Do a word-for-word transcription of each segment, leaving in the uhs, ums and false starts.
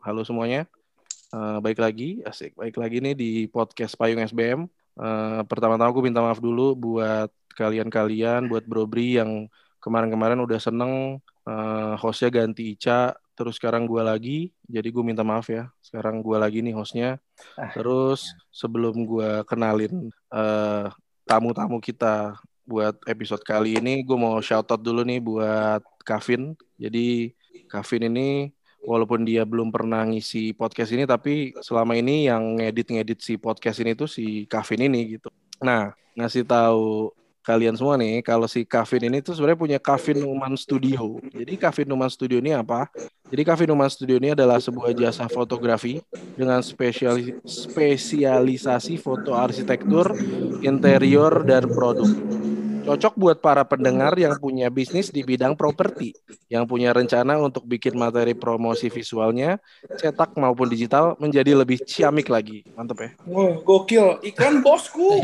halo semuanya. Uh, baik lagi, asik. Baik lagi nih di podcast Payung S B M. Uh, pertama-tama aku minta maaf dulu buat kalian-kalian, buat Brobri yang kemarin-kemarin udah seneng uh, hostnya ganti Ica, terus sekarang gue lagi. Jadi gue minta maaf ya. Sekarang gue lagi nih hostnya. Terus sebelum gue kenalin uh, tamu-tamu kita buat episode kali ini, gue mau shout out dulu nih buat Kavin. Jadi Kavin ini walaupun dia belum pernah ngisi podcast ini, tapi selama ini yang ngedit-ngedit si podcast ini tuh si Kavin ini gitu. Nah, ngasih tahu kalian semua nih, kalau si Kavin ini tuh sebenarnya punya Kavin Numan Studio. Jadi Kavin Numan Studio ini apa? Jadi Kavin Numan Studio ini adalah sebuah jasa fotografi dengan spesialis- spesialisasi foto arsitektur, interior, dan produk. Cocok buat para pendengar yang punya bisnis di bidang properti, yang punya rencana untuk bikin materi promosi visualnya, cetak maupun digital, menjadi lebih ciamik lagi. Mantep ya. Wah, gokil. Iklan bosku.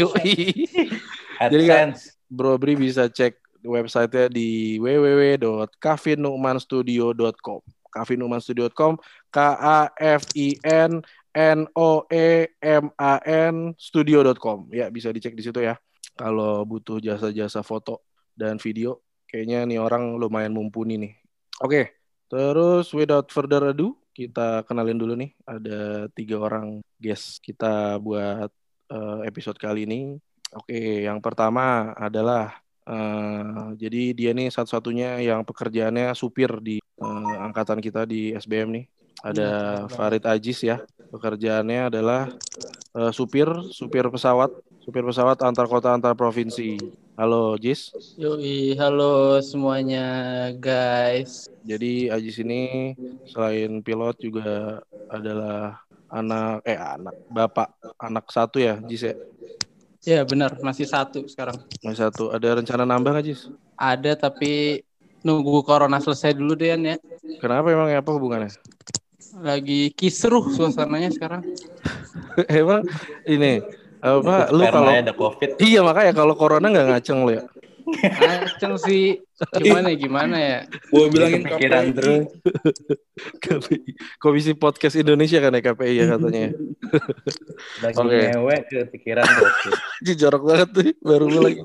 Jadi Kak, Bro Bri bisa cek websitenya di w w w dot kavinumanstudio dot com. kavinumanstudio dot com, K A F I N N O E M A N studio dot com. Ya, bisa dicek di situ ya. Kalau butuh jasa-jasa foto dan video, kayaknya nih orang lumayan mumpuni nih. Oke, terus without further ado, kita kenalin dulu nih. Ada tiga orang guest kita buat uh, episode kali ini. Oke, yang pertama adalah uh, jadi dia nih satu-satunya yang pekerjaannya supir di uh, angkatan kita di S B M nih. Ada Farid Ajis ya. Pekerjaannya adalah uh, supir, supir pesawat, supir pesawat antar kota antar provinsi. Halo Jis. Yoi, halo semuanya guys. Jadi Ajis ini selain pilot juga adalah anak eh anak bapak anak satu ya Jis ya. Ya benar, masih satu sekarang. Masih satu. Ada rencana nambah nggak Jis? Ada tapi nunggu corona selesai dulu deh ya. Kenapa emang apa hubungannya? Lagi kisruh suasananya sekarang. Emang ini apa lu Karena kalau ada COVID. Iya makanya kalau corona nggak ngaceng lu ya. Ngaceng sih. Gimana ya gimana ya? Gue bilangin Kepikiran terus. K P I. Komisi Podcast Indonesia kan ya K P I ya katanya. Lagi Oke. ngewe kepikiran COVID. Ji, jorok banget tuh baru mulai.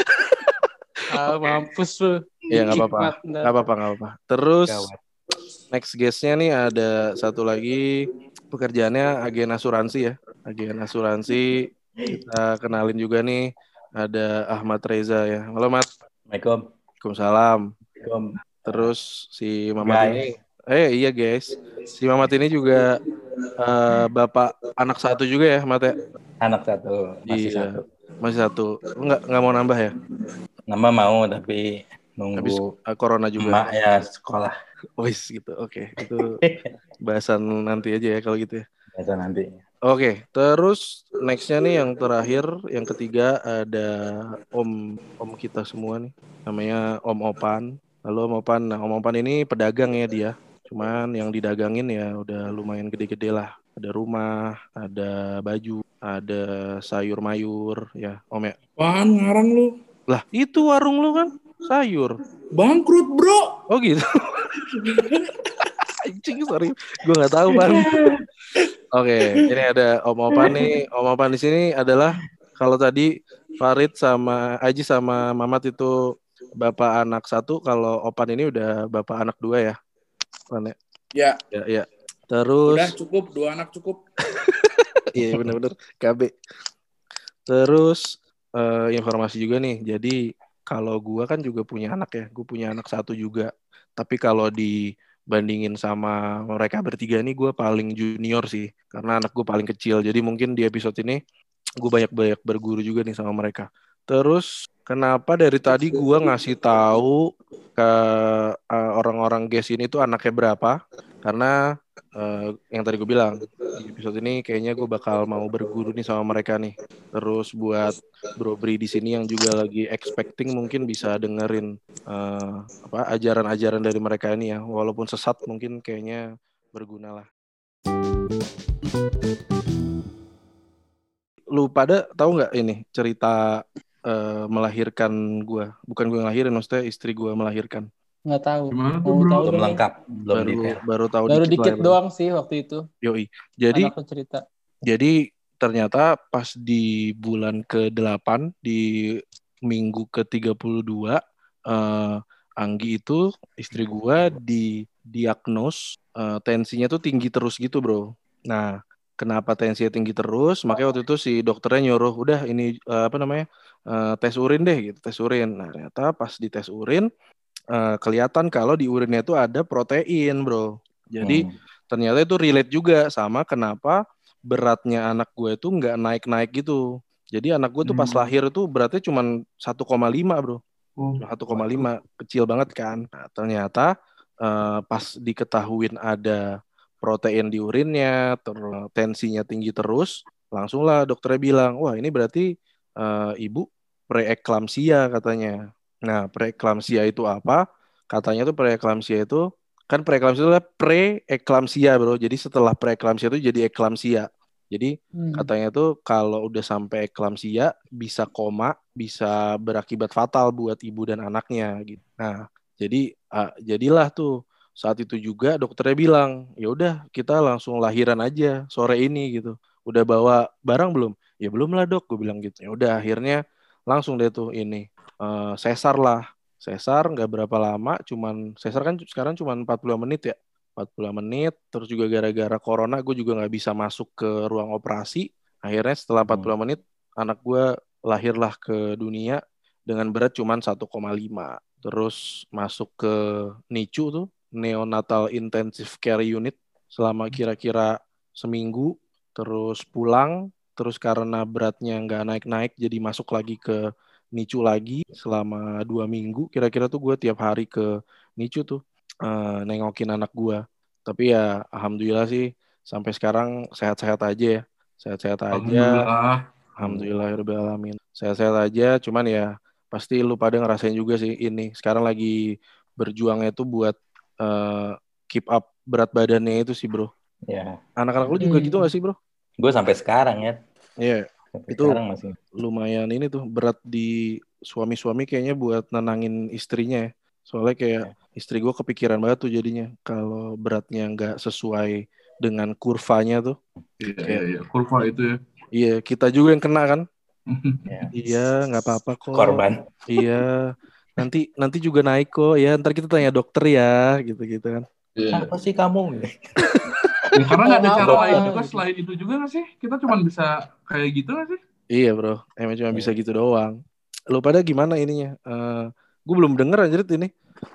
Ah, mampus lu. Ya nggak apa-apa, Hikmat, ntar. nggak apa-apa, nggak apa-apa. Terus Gawat. next guestnya nih ada satu lagi pekerjaannya agen asuransi ya, agen asuransi. Kita kenalin juga nih ada Ahmad Reza ya. Halo Mat. Assalamualaikum. Waalaikumsalam. Assalamualaikum. Terus si Mamat Guys. ini, eh iya guys, si Mamat ini juga eh, bapak anak satu juga ya Mat ya? Anak satu, masih Iya. satu. Masih satu. Nggak nggak mau nambah ya? Nama mau tapi Habis nunggu eh, corona juga. emak ya sekolah. Wis gitu. Oke, itu bahasan nanti aja ya kalau gitu ya. Biasa nanti. Oke, terus nextnya nih yang terakhir, yang ketiga ada om om kita semua nih, namanya Om Opan. Halo Om Opan. Nah Om Opan ini pedagang ya dia. Cuman yang didagangin ya udah lumayan gede-gede lah. Ada rumah, ada baju, ada sayur mayur ya Om ya. Apaan ngarang lu? Lah itu warung lu kan sayur. Bangkrut bro. Oh gitu. Anjing sorry, gue nggak tahu Pan. Oke, ini ada Om Opan nih. Om Opan di sini adalah kalau tadi Farid sama Aji sama Mamat itu bapak anak satu, kalau Opan ini udah bapak anak dua ya. Pan ya. Ya. Ya, ya. Terus Udah cukup, dua anak cukup. iya benar-benar K B. Terus eh, informasi juga nih. Jadi kalau gue kan juga punya anak ya. Gue punya anak satu juga. Tapi kalau dibandingin sama mereka bertiga nih, gue paling junior sih. Karena anak gue paling kecil. Jadi mungkin di episode ini gue banyak-banyak berguru juga nih sama mereka. Terus kenapa dari tadi gue ngasih tahu ke uh, orang-orang guest ini tuh anaknya berapa? Karena uh, yang tadi gue bilang di episode ini kayaknya gue bakal mau berguru nih sama mereka nih. Terus buat Bro Bri di sini yang juga lagi expecting mungkin bisa dengerin uh, apa ajaran-ajaran dari mereka ini ya. Walaupun sesat mungkin kayaknya berguna lah. Lu pada tahu nggak ini cerita uh, melahirkan gue? Bukan gue ngelahirin, maksudnya istri gue melahirkan. Nggak tahu. Gimana tuh, Mau bro? tahu Belum dong. lengkap, belum baru detail. baru tahu Baru dikit, dikit lah ya, bro. doang sih waktu itu. Yoi. Jadi Anak lu cerita. jadi ternyata pas di bulan kedelapan di minggu ke tiga puluh dua eh, Anggi itu istri gua didiagnos eh, tensinya tuh tinggi terus gitu, bro. Nah, kenapa tensinya tinggi terus? Makanya waktu itu si dokternya nyuruh, udah ini eh, apa namanya eh, tes urin deh gitu, tes urin. Nah, ternyata pas di tes urin eh, kelihatan kalau di urinnya itu ada protein, bro. Jadi Hmm. ternyata itu relate juga sama kenapa beratnya anak gue itu nggak naik-naik gitu. Jadi anak gue tuh pas Hmm. lahir tuh beratnya cuma satu koma lima, bro. Oh, satu koma lima, kecil banget kan. Nah, ternyata eh, pas diketahuin ada protein di urinnya, terus tensinya tinggi terus, langsunglah dokternya bilang, wah ini berarti eh, ibu preeklamsia katanya. Nah, preeklamsia itu apa? Katanya tuh preeklamsia itu, kan preeklamsia itu adalah preeklamsia, bro. Jadi setelah preeklamsia itu jadi eklamsia. Jadi Hmm. katanya tuh kalau udah sampai eklamsia bisa koma, bisa berakibat fatal buat ibu dan anaknya gitu. Nah, jadi ah, jadilah tuh saat itu juga dokternya bilang, ya udah kita langsung lahiran aja sore ini gitu. Udah bawa barang belum? Ya belum lah dok, gue bilang gitu. Ya udah akhirnya langsung deh tuh ini eh, sesar lah. Sesar nggak berapa lama, cuman sesar kan sekarang cuma empat puluh menit ya. empat puluh menit, terus juga gara-gara corona gue juga nggak bisa masuk ke ruang operasi. Akhirnya setelah empat puluh menit anak gue lahirlah ke dunia dengan berat cuma satu koma lima. Terus masuk ke N I C U tuh, Neonatal Intensive Care Unit selama kira-kira seminggu, terus pulang, terus karena beratnya nggak naik-naik jadi masuk lagi ke N I C U lagi selama dua minggu. Kira-kira tuh gue tiap hari ke N I C U tuh eh, nengokin anak gua. Tapi ya alhamdulillah sih sampai sekarang sehat-sehat aja ya. Sehat-sehat aja. alhamdulillah. Alhamdulillahirobbilalamin. Sehat-sehat aja. Cuman ya pasti lu pada ngerasain juga sih ini. Sekarang lagi berjuangnya tuh buat eh, keep up berat badannya itu sih, bro. Ya, Anak-anak lu juga Hmm. gitu gak sih, bro? gue sampai sekarang ya, Iya. sampai Itu sekarang masih. lumayan ini tuh berat di suami-suami kayaknya buat nenangin istrinya ya. Soalnya kayak istri gue kepikiran banget tuh jadinya kalau beratnya nggak sesuai dengan kurvanya tuh. Iya, iya, Kayak iya. Kurva itu ya. iya kita juga yang kena kan. Ya. Iya nggak apa-apa kok. Korban. Iya nanti nanti juga naik kok ya. Ntar kita tanya dokter ya gitu-gitu kan. Iya. Apa sih kamu? Ya, karena nggak ada cara Apa? lain juga selain itu juga nggak sih? Kita cuma bisa kayak gitu nggak sih? Iya bro, emang cuma bisa gitu doang. Lu pada gimana ininya? Eh gue belum denger anjir ini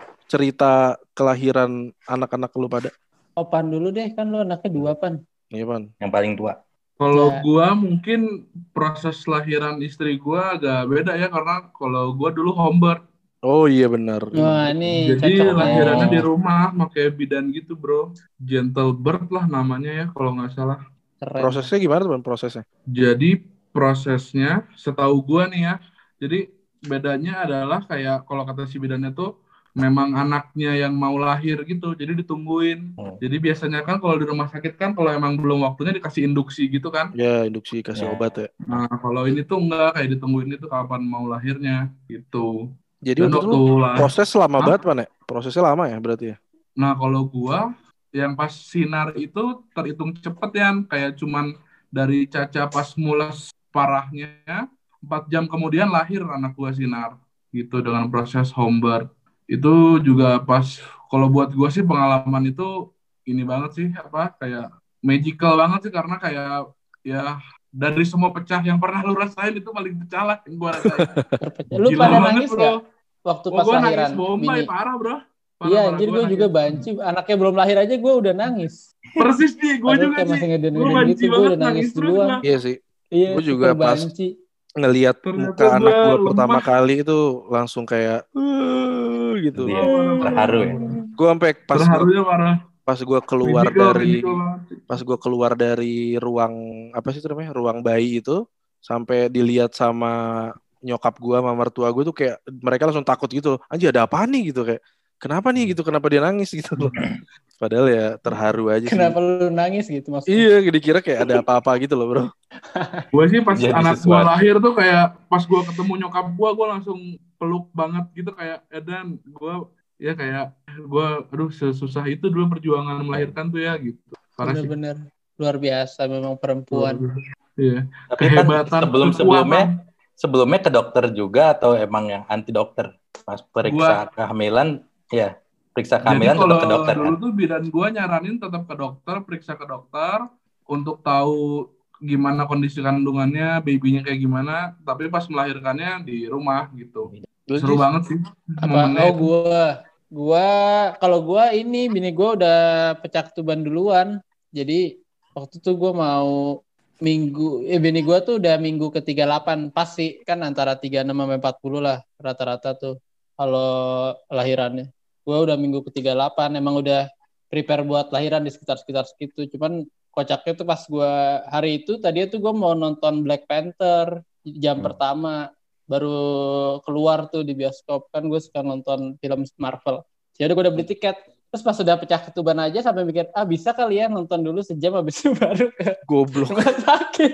cerita kelahiran anak-anak lu pada. Opan dulu deh, kan lu anaknya dua, Pan. Iya pan. Yang paling tua. Kalau Ya. gua mungkin proses lahiran istri gua agak beda ya karena kalau gua dulu home birth. Oh iya benar. Wah, ini Jadi cocok lahirannya nih. di rumah pakai bidan gitu, bro. Gentle birth lah namanya ya kalau nggak salah. Keren. Prosesnya gimana tuh Pan, prosesnya? Jadi prosesnya setahu gua nih ya. Jadi bedanya adalah kayak kalau kata si bidannya tuh memang anaknya yang mau lahir gitu. Jadi ditungguin. Hmm. Jadi biasanya kan kalau di rumah sakit kan kalau emang belum waktunya dikasih induksi gitu kan. Ya induksi kasih Ya. obat ya. Nah, kalau ini tuh enggak kayak ditungguin itu kapan mau lahirnya gitu. Jadi Dan waktu itu waktu lu lah. proses lama Hah? banget Pan ya? Prosesnya lama ya berarti ya? Nah, kalau gua yang pas sinar itu terhitung cepet ya, kayak cuman dari Caca pas mules parahnya empat jam kemudian lahir anak gua sinar gitu dengan proses home birth. Itu juga pas kalau buat gua sih pengalaman itu ini banget sih apa kayak magical banget sih karena kayak ya dari semua pecah yang pernah lu rasain itu paling pecah lah yang gua rasain. Terpecah. Lu Gila pada banget, nangis bro. nggak waktu Oh, pas gue lahiran? nangis bombay Mini? parah, bro. Parah, Iya, parah. anjir Gua gue juga nangis. banci. Anaknya belum lahir aja gue udah nangis. Persis nih, gue Padahal juga kayak sih. masih Gue ngeden-ngeden banci gitu, gue banget, udah nangis nangis terus duluan. gue. Iya sih. Iya, Gue juga super pas banci. ngelihat Ternyata muka anak gua gue pertama lemah. kali itu langsung kayak "Uh," gitu. Iya, Oh, parah, parah, terharu ya. parah. Gue sampai pas gue Terharunya parah. pas gue keluar Magical, dari magical banget. pas gue keluar dari ruang apa sih itu namanya ruang bayi itu sampai dilihat sama nyokap gue sama mertua gue tuh kayak mereka langsung takut gitu anjir ada apa nih gitu kayak kenapa nih gitu kenapa dia nangis gitu loh padahal ya terharu aja sih Kenapa lu nangis gitu maksudnya? iya dikira kayak ada apa-apa gitu loh bro. Gue sih pas Jadi anak gue sesuatu. lahir tuh kayak pas gue ketemu nyokap gue, gue langsung peluk banget gitu kayak Edan, gue ya kayak gue, aduh sesusah itu dulu perjuangan melahirkan tuh ya gitu. Parah sih. Bener-bener luar biasa memang perempuan. Iya. Tapi kan Kehebatan, sebelum kekuatan. sebelumnya sebelumnya ke dokter juga atau emang yang anti dokter? Pas periksa Gua- kehamilan, ya periksa Jadi kehamilan kalau tetap ke dokter dulu kan? tuh bidan gue nyaranin tetap ke dokter, periksa ke dokter untuk tahu gimana kondisi kandungannya, babynya kayak gimana. Tapi pas melahirkannya di rumah gitu. Lu, Seru Jis? banget sih Apa? momennya. Oh gua, gua kalau gua ini bini gua udah pecah ketuban duluan. Jadi waktu itu gua mau minggu, eh bini gua tuh udah minggu ke tiga puluh delapan pasti kan antara tiga puluh enam sampai empat puluh lah rata-rata tuh kalau lahirannya. Gua udah minggu ke tiga puluh delapan emang udah prepare buat lahiran di sekitar-sekitar segitu. Cuman kocaknya tuh pas gua hari itu tadi tuh gua mau nonton Black Panther jam Hmm. pertama baru keluar tuh di bioskop kan gue suka nonton film Marvel. Jadi gue udah beli tiket. Terus pas sudah pecah ketuban aja sampai mikir ah bisa kali ya nonton dulu sejam habis itu baru ke Goblok. rumah sakit.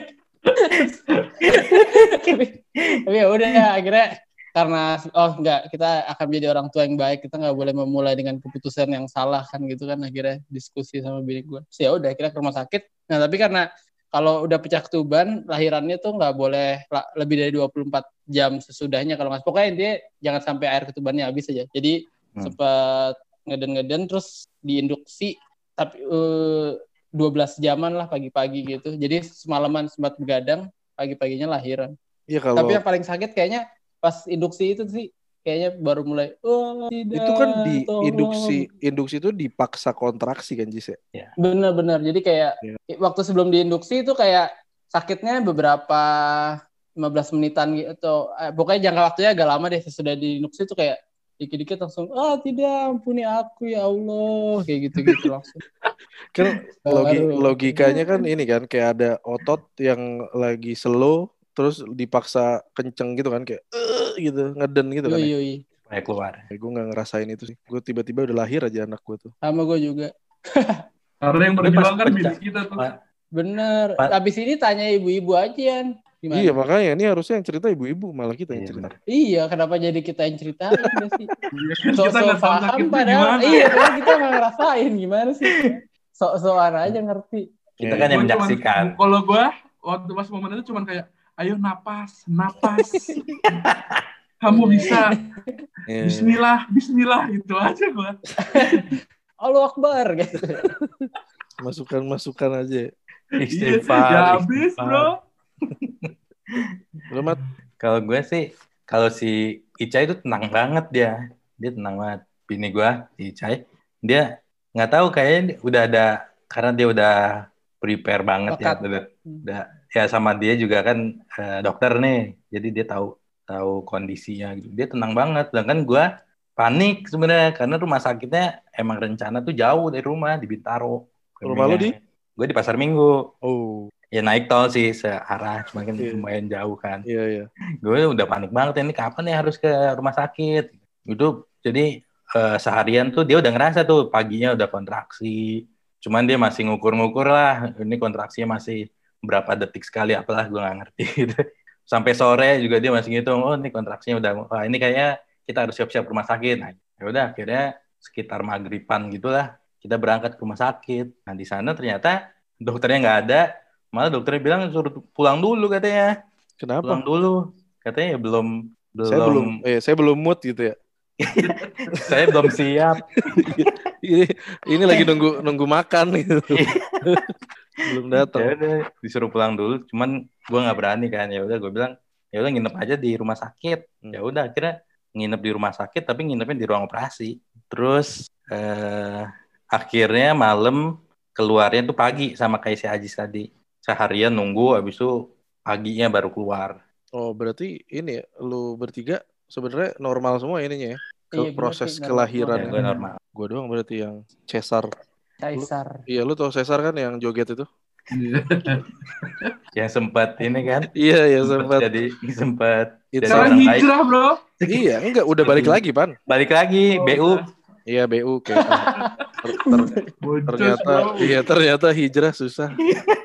tapi, tapi ya udah ya akhirnya karena oh enggak kita akan menjadi orang tua yang baik, kita nggak boleh memulai dengan keputusan yang salah kan gitu kan, akhirnya diskusi sama bini gue. So, ya udah akhirnya ke rumah sakit. Nah tapi karena kalau udah pecah ketuban, lahirannya tuh nggak boleh la- lebih dari dua puluh empat jam sesudahnya kalau nggak. Pokoknya dia jangan sampai air ketubannya habis aja. Jadi Hmm. sempat ngeden-ngeden terus diinduksi, tapi uh, dua belas jaman lah pagi-pagi gitu. Jadi semalaman sempat begadang, pagi-paginya lahiran. Iya kalau Tapi yang paling sakit kayaknya pas induksi itu sih, kayaknya baru mulai. Oh tidak. itu kan di tolong." induksi induksi itu dipaksa kontraksi kan Jis ya? Bener-bener. Jadi kayak Iya. waktu sebelum diinduksi itu kayak sakitnya beberapa lima belas menitan gitu. Eh, pokoknya jangka waktunya agak lama deh. Sesudah diinduksi itu kayak dikit-dikit langsung, ah tidak, ampuni aku ya Allah. Kayak gitu-gitu langsung. Kan logi, Baru. logikanya kan ini kan kayak ada otot yang lagi slow terus dipaksa kenceng gitu kan kayak "Eh," gitu ngeden gitu kan Yoi, ya. yoi. Supaya keluar. Gue nggak ngerasain itu sih. Gue tiba-tiba udah lahir aja anak gue tuh. Sama gue juga. Karena yang Tapi berjuang pas kan bini pecah, kita tuh. Pak, Bener. Pak. Abis ini tanya ibu-ibu aja Yan. Gimana? Iya makanya ini harusnya yang cerita ibu-ibu malah kita yang Iya, cerita. benar. Iya, kenapa jadi kita yang ceritain gak sih? Iya kan, kita So-so nggak tahu paham sakitnya padahal. gimana. Iya, padahal kita nggak ngerasain gimana sih. Sok-sokan aja ngerti. Kita Iya. kan yang Gua cuman- menyaksikan. Kalau gue waktu pas momen itu cuman kayak, ayo napas, napas. Kamu bisa. Iya. Bismillah, Bismillah. Itu aja gue. Allahu Akbar gitu. Masukan-masukan aja. Istighfar. Ya habis istighfar. bro. Lu Mat, Kalau gue sih, kalau si Icai itu tenang banget dia. Dia tenang banget. Bini gue, si Icai, dia nggak tahu kayaknya udah ada, karena dia udah prepare banget ya. Bakat. Udah, udah, ya sama dia juga kan eh, dokter nih. Jadi dia tahu tahu kondisinya gitu. Dia tenang banget. Sedangkan gue panik sebenarnya karena rumah sakitnya emang rencana tuh jauh dari rumah di Bintaro. Rumah lu di? Gue di Pasar Minggu. oh Ya naik tol sih searah, cuma kan Iya. lumayan jauh kan. iya iya. Gue udah panik banget ini kapan nih harus ke rumah sakit. Itu jadi eh, seharian tuh dia udah ngerasa tuh paginya udah kontraksi. Cuman dia masih ngukur-ngukur lah. Ini kontraksinya masih berapa detik sekali apalah gue nggak ngerti gitu. Sampai sore juga dia masih ngitung, oh ini kontraksinya udah, wah ini kayaknya kita harus siap-siap ke rumah sakit. Nah, ya udah akhirnya sekitar maghriban gitulah kita berangkat ke rumah sakit. Nah di sana ternyata dokternya nggak ada, malah dokternya bilang suruh pulang dulu katanya, Kenapa? pulang dulu, katanya ya belum belum Saya belum eh saya belum mood gitu ya. saya belum siap. ini ini lagi nunggu nunggu makan gitu. Belum Ya datang. udah disuruh pulang dulu, cuman gue nggak berani kan. Ya udah gue bilang ya udah nginep aja di rumah sakit. Hmm. Ya udah akhirnya nginep di rumah sakit tapi nginepnya di ruang operasi. Terus eh, akhirnya malam keluarnya tuh pagi sama kayak si Ajis tadi. Seharian nunggu habis itu paginya baru keluar. Oh, berarti ini ya, lu bertiga sebenarnya normal semua ininya ya. Ke Iya, bener proses sih, kelahiran. Ya normal. gue normal. Gue doang berarti yang cesar. Kaisar. Iya, lu tau cesar kan yang joget itu? Yang sempat ini kan. Iya, ya Sempat sempat. jadi sempat Itu jadi Sekarang orang baik. hijrah bro. Iya, enggak udah balik lagi, Pan. Balik lagi Oh, B U. Iya, B U kayak ter- ter- Bocos ternyata bro. iya ternyata hijrah susah.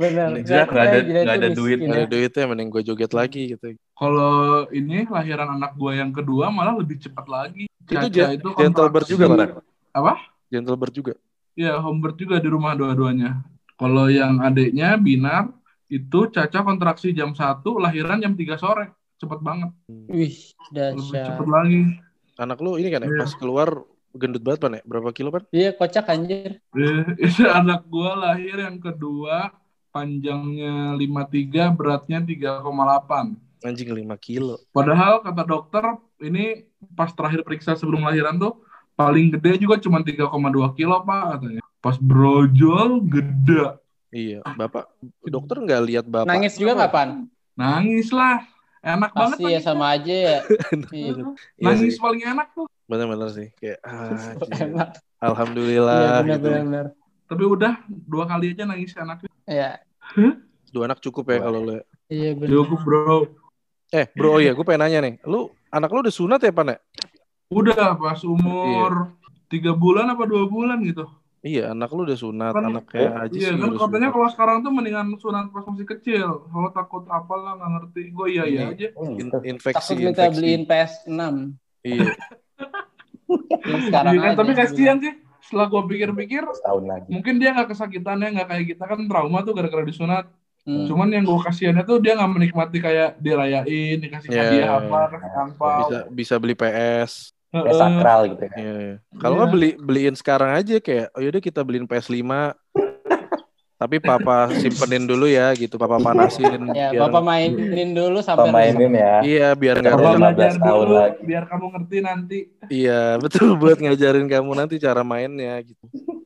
Benar. Nggak ada nggak ada duit, nggak ada duitnya, mending gue joget lagi gitu. Kalau ini lahiran anak gue yang kedua malah lebih cepat lagi. Itu Caca itu gentle bird juga, Pak? Apa? Gentle bird juga. Iya, home birth juga di rumah dua-duanya. Kalau yang adiknya Binar itu Caca kontraksi jam satu, lahiran jam tiga sore. Cepet banget. Wih, Lebih dahsyat. cepet lagi. Anak lu ini kan ya, Iya. pas keluar gendut banget, Pan ya? Berapa kilo, Pan? Iya, kocak anjir. Eh, itu anak gue lahir yang kedua, panjangnya lima puluh tiga, beratnya tiga koma delapan. Anjing lima kilo. Padahal kata dokter, ini pas terakhir periksa sebelum lahiran tuh, paling gede juga cuma tiga koma dua kilo, Pak, katanya. Pas brojol, gede. Iya, Bapak, dokter nggak lihat Bapak. Nangis juga nggak, Pan? Nangis lah. Enak banget. Pasti ya sama aja ya. Iya. Nangis Iya paling enak tuh. bener-bener sih. Kayak, ah, Enak. alhamdulillah. Iya, gitu. benar-benar. Tapi udah, dua kali aja nangis anaknya. Iya. Dua anak cukup ya kalau lu. Iya, benar. Cukup, bro. Eh, bro, oh iya, gue pengen nanya nih. Lu, anak lu udah sunat ya, Pan ya? Udah pas umur tiga bulan apa dua bulan gitu. Iya, anak lu udah sunat, Kan- anak kayak Aji Iya sih kan udah katanya sunat. kalau sekarang tuh mendingan sunat pas masih kecil. Kalau takut apalah nggak ngerti. Gue iya iya Ini, aja. Oh, in- gitu. infeksi, Takut minta infeksi. beliin P S enam. Iya, Yang sekarang Iya kan, aja. tapi kasihan sih. Setelah gue pikir-pikir, Setahun lagi. mungkin dia nggak kesakitannya, nggak kayak kita kan trauma tuh gara-gara disunat. Hmm. Cuman yang gue kasihannya tuh dia nggak menikmati kayak dirayain, dikasih Yeah. hadiah apa, kasih angpau. bisa bisa beli P S. Kayak Heeh. sakral gitu ya. Iya, iya. Kalau Iya. nggak beli beliin sekarang aja kayak, oh yaudah kita beliin P S lima. Tapi papa simpenin dulu ya gitu, papa panasin Ya, biar Bapak mainin dulu sampai Pemainin ya. iya biar nggak Bapak lima rusak. belajar belas tahun dulu, lagi. biar kamu ngerti nanti. Iya betul, buat ngajarin kamu nanti cara mainnya gitu.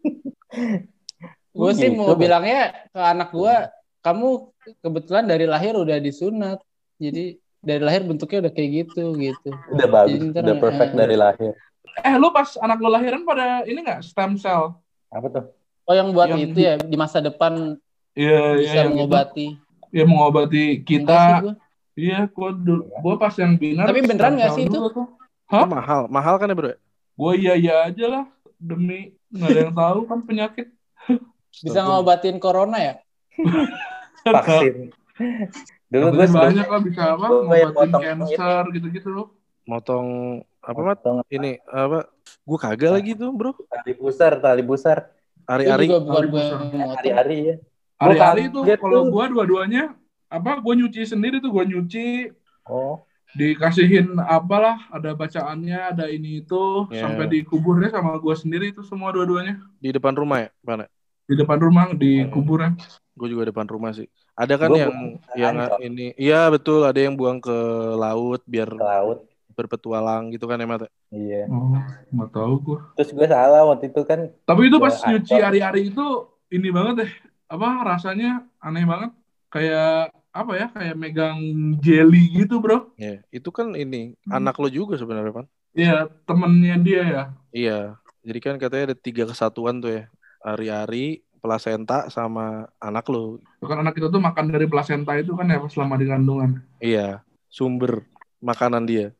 Gue sih Gitu, mau Bang. bilangnya ke anak gue, kamu kebetulan dari lahir udah disunat. Jadi dari lahir bentuknya udah kayak gitu gitu. Udah bagus, Jadi ntar, udah perfect eh, dari lahir. Eh, lu pas anak lu lahiran pada ini nggak stem cell? Apa tuh? Oh, yang buat Yang- itu ya di masa depan Iya, bisa yang itu. mengobati. Ya mengobati Enggak sih kita. gua. Iya, gua dulu, gua pas yang binar. Tapi beneran stem nggak cell sih itu? dulu tuh. Oh, Hah? mahal, mahal kan ya bro? Gua iya iya aja lah, demi nggak ada yang tahu kan penyakit. Bisa ngobatin corona ya? Vaksin. Dulu gue Katanya banyak lah bisa apa? gua bayar Ngobatin potong cancer gitu-gitu loh. Motong apa mat? Ini apa? Gue kagak lagi tuh bro. tali pusar, tali pusar. Itu Hari-hari. juga bukan Hari gue besar. yang motong. Hari-hari ya. Hari-hari Gua itu kaget kalau tuh. gua dua-duanya apa? Gua nyuci sendiri tuh, gua nyuci. Oh, Dikasihin apalah, ada bacaannya, ada ini itu, Ya. sampai dikuburnya sama gua sendiri itu semua dua-duanya. Di depan rumah ya? Mana? Di depan rumah, dikuburnya. Gue juga depan rumah sih. Ada kan Gua yang buang yang ancol. ini. Iya betul. Ada yang buang ke laut biar ke laut. berpetualang gitu kan ya mat? Iya. Oh, nggak tahu gua. Terus gue salah waktu itu kan. Tapi itu pas Gua nyuci ancol. hari-hari itu ini banget deh. Apa rasanya aneh banget. Kayak apa ya? Kayak megang jelly gitu, bro. Iya. Itu kan ini anak lo juga sebenarnya pan? Iya, temennya dia ya. Iya. Jadi kan katanya ada tiga kesatuan tuh ya. Ari-ari, plasenta, sama anak lo. Kan anak kita tuh makan dari plasenta itu kan ya pas selama di kandungan. Iya. Sumber makanan dia.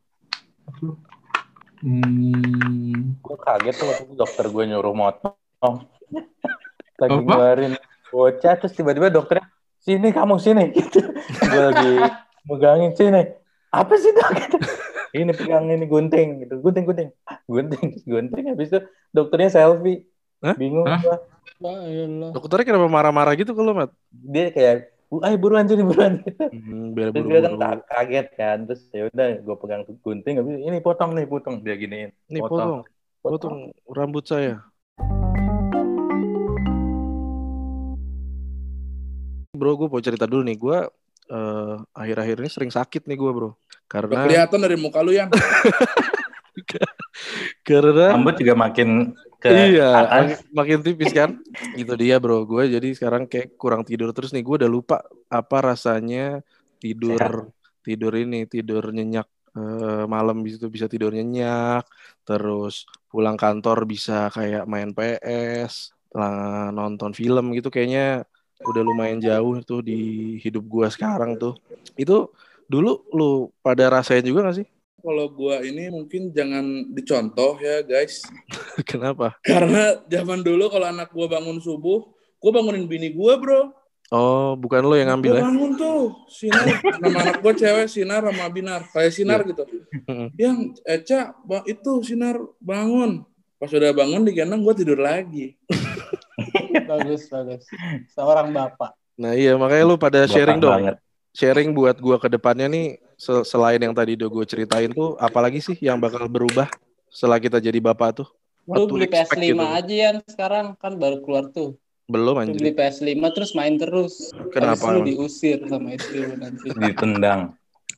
Hmm. Gue kaget tuh waktu itu dokter gue nyuruh motong. Lagi Apa? ngeluarin bocah, terus tiba-tiba dokternya, sini kamu, sini. Gitu. Gue lagi megangin, sini. Apa sih dok? Gitu. Ini pegang ini gunting. Gitu. Gunting, gunting. Ah, gunting, gunting. Habis itu dokternya selfie. Hah? Bingung Hah? gue. Ayolah. Dokternya kenapa marah-marah gitu kalau mat? Dia kayak, ayo buruan sini, buruan. Hmm, biar Terus dia kan buru-buru. tak- kaget kan. Terus ya udah gue pegang gunting. Habis itu, ini potong nih, potong. Dia giniin. Nih potong, potong rambut saya. Bro, gue mau cerita dulu nih. Gue eh, akhir-akhir ini sering sakit nih gue bro. Karena Kelihatan dari muka lu yang karena Rambut juga makin ke iya atas. makin, makin tipis kan. Itu dia bro. Gue jadi sekarang kayak kurang tidur terus nih. Gue udah lupa apa rasanya tidur Sehat. tidur ini tidur nyenyak eh, malam bisa bisa tidur nyenyak. Terus pulang kantor bisa kayak main P S, lah, nonton film gitu kayaknya udah lumayan jauh tuh di hidup gua sekarang tuh. Itu dulu lu pada rasain juga gak sih? kalau gua ini mungkin jangan dicontoh ya guys. Kenapa? Karena zaman dulu kalau anak gua bangun subuh, gua bangunin bini gua, bro. Oh, bukan lo yang ngambil Gue ya? bangun tuh, Sinar, nama anak gue cewek, Sinar sama Binar, kayak Sinar Iya. gitu. Yang Eca, itu Sinar bangun. Pas udah bangun digendong, gue tidur lagi. Bagus, bagus. Seorang bapak. Nah iya, makanya lu pada Bapak sharing dong. banget. Sharing buat gua ke depannya nih, sel- selain yang tadi udah gue ceritain tuh, apalagi sih yang bakal berubah setelah kita jadi bapak tuh? What Lu to beli P S expect lima gitu? aja ya sekarang, kan baru keluar tuh. Belum Lu beli anjir. P S lima terus main terus. Kenapa Habis lu emang? diusir sama istri lu nanti. Ditendang.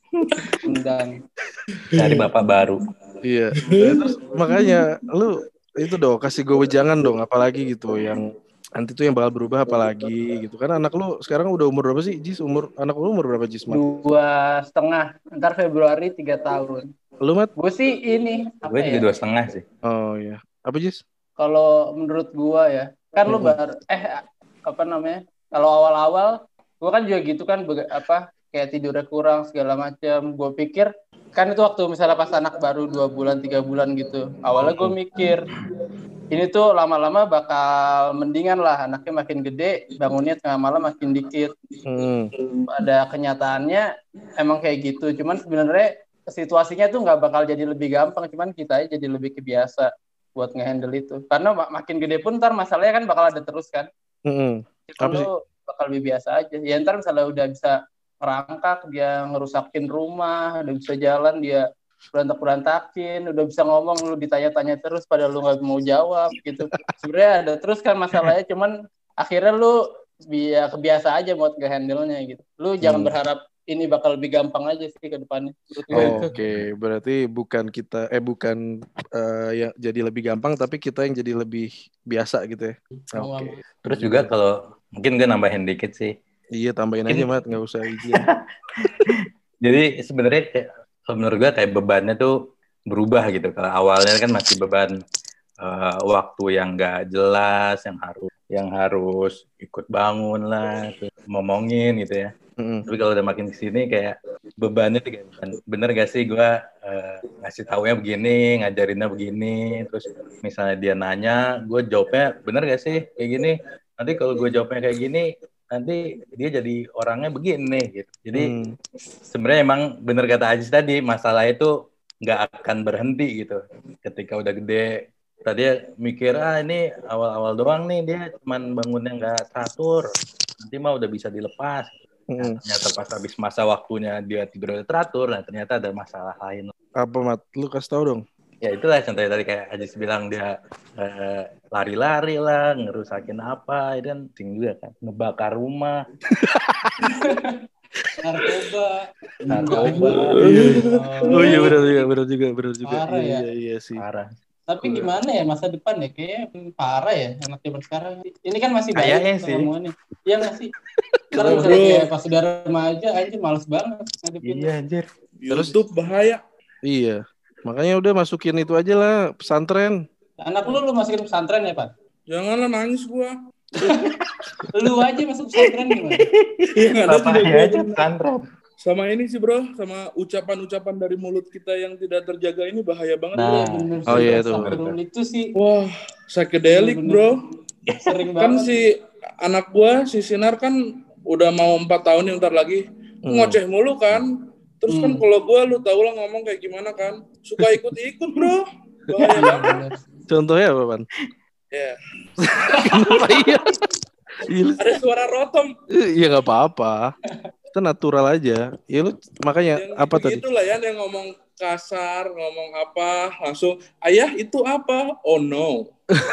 Tendang. Cari bapak baru. Iya. Nah, terus makanya lu itu dong kasih gue wejangan dong, apalagi gitu yang nanti tuh yang bakal berubah apalagi gitu kan. Anak lu sekarang udah umur berapa sih, Jis? Umur anak lu umur berapa, Jis, Mat? Dua setengah. Ntar Februari tiga tahun. Lu, Mat? Gue sih ini apa Gue juga ya? dua setengah sih. Oh iya. Apa, Jis? Kalau menurut gua ya, kan lu Mm-mm. baru eh apa namanya? Kalau awal-awal gua kan juga gitu kan bega- apa kayak tidurnya kurang segala macam. Gua pikir kan itu waktu misalnya pas anak baru dua bulan tiga bulan gitu. Awalnya gua mikir ini tuh lama-lama bakal mendingan lah, anaknya makin gede, bangunnya tengah malam makin dikit. Hmm. Ada kenyataannya emang kayak gitu. Cuman sebenarnya situasinya tuh nggak bakal jadi lebih gampang, cuman kita aja jadi lebih kebiasa buat ngehandle itu. Karena mak- makin gede pun ntar masalahnya kan bakal ada terus kan. Mm-mm. Cuman Apa sih? lu bakal lebih biasa aja. Ya ntar misalnya udah bisa merangkak, dia ngerusakin rumah, udah bisa jalan, dia berantak-berantakin, udah bisa ngomong, lu ditanya-tanya terus padahal lu nggak mau jawab gitu. Sebenarnya ada terus kan masalahnya, cuman akhirnya lu biar kebiasa aja buat nge-handle-nya gitu. Lu jangan Hmm. berharap ini bakal lebih gampang aja sih ke depannya. Menurut gue Oh, itu. Oke, berarti bukan kita eh bukan eh, yang jadi lebih gampang, tapi kita yang jadi lebih biasa gitu ya. Mau nggak Oke. mau. Terus juga kalau mungkin gue nambahin dikit sih. Iya, tambahin Mungkin- aja, Mat, nggak usah izin. Jadi sebenarnya kayak kalau menurut gue kayak bebannya tuh berubah gitu. Kalau awalnya kan masih beban eh, waktu yang nggak jelas, yang harus yang harus ikut bangun lah, terus ngomongin gitu ya. Mm-mm. Tapi kalau udah makin kesini kayak bebannya tuh kayak beban. Bener gak sih gue eh, ngasih taunya begini, ngajarinnya begini, terus misalnya dia nanya, gue jawabnya bener gak sih kayak gini. Nanti kalau gue jawabnya kayak gini, nanti dia jadi orangnya begini gitu. Jadi Hmm. sebenarnya emang bener kata Ajis tadi, masalah itu nggak akan berhenti gitu. Ketika udah gede, tadi mikir ah ini awal-awal doang nih, dia cuman bangunnya nggak teratur, nanti mah udah bisa dilepas. Nah, Mm-mm. ternyata pas habis masa waktunya dia tidur udah teratur, nah ternyata ada masalah lain. Apa, Mat? Lu kasih tau dong. Ya itulah contohnya tadi kayak Ajis bilang dia eh, lari-lari lah, ngerusakin apa, itu kan ting juga kan, ngebakar rumah. Narkoba. Narkoba. Oh iya, benar juga, benar juga, benar juga. Parah Iya, ya. iya, iya sih. Parah. Tapi gimana ya masa depan ya, kayaknya parah ya anak zaman sekarang. Ini kan masih Kayaknya baik sih. omongannya. Iya nggak sih? Ntar Bro. misalnya kayak pas udah remaja aja males banget ngadepin. Iya anjir. YouTube bahaya. Iya. Makanya udah masukin itu aja lah, pesantren. Anak lu lu masukin pesantren ya, Pak? Janganlah nangis gua. Lu aja masuk pesantren gimana? Yang ada Bapak tidak gua aja pesantren. sama ini sih bro, sama ucapan-ucapan dari mulut kita yang tidak terjaga ini bahaya banget. Nah. Bro. Iya bener Oh sih. iya, itu. Astagfirullah, itu sih Wah, psychedelic Bener-bener. bro. sering Kan banget. si anak gua, si Sinar kan udah mau empat tahun nih ntar lagi. Hmm. Ngoceh mulu kan. Terus kan Hmm. kalau gua, lu tau lah ngomong kayak gimana kan. Suka ikut-ikut bro. Bahaya Iya banget. bener. Contohnya apa, Pan? Ya. Kenapa iya? Iya, Ada suara rotom. iya nggak apa-apa. Itu natural aja. Ya lu makanya Yang apa tadi? gitu lah ya, yang ngomong kasar, ngomong apa, langsung, ayah itu apa? Oh no.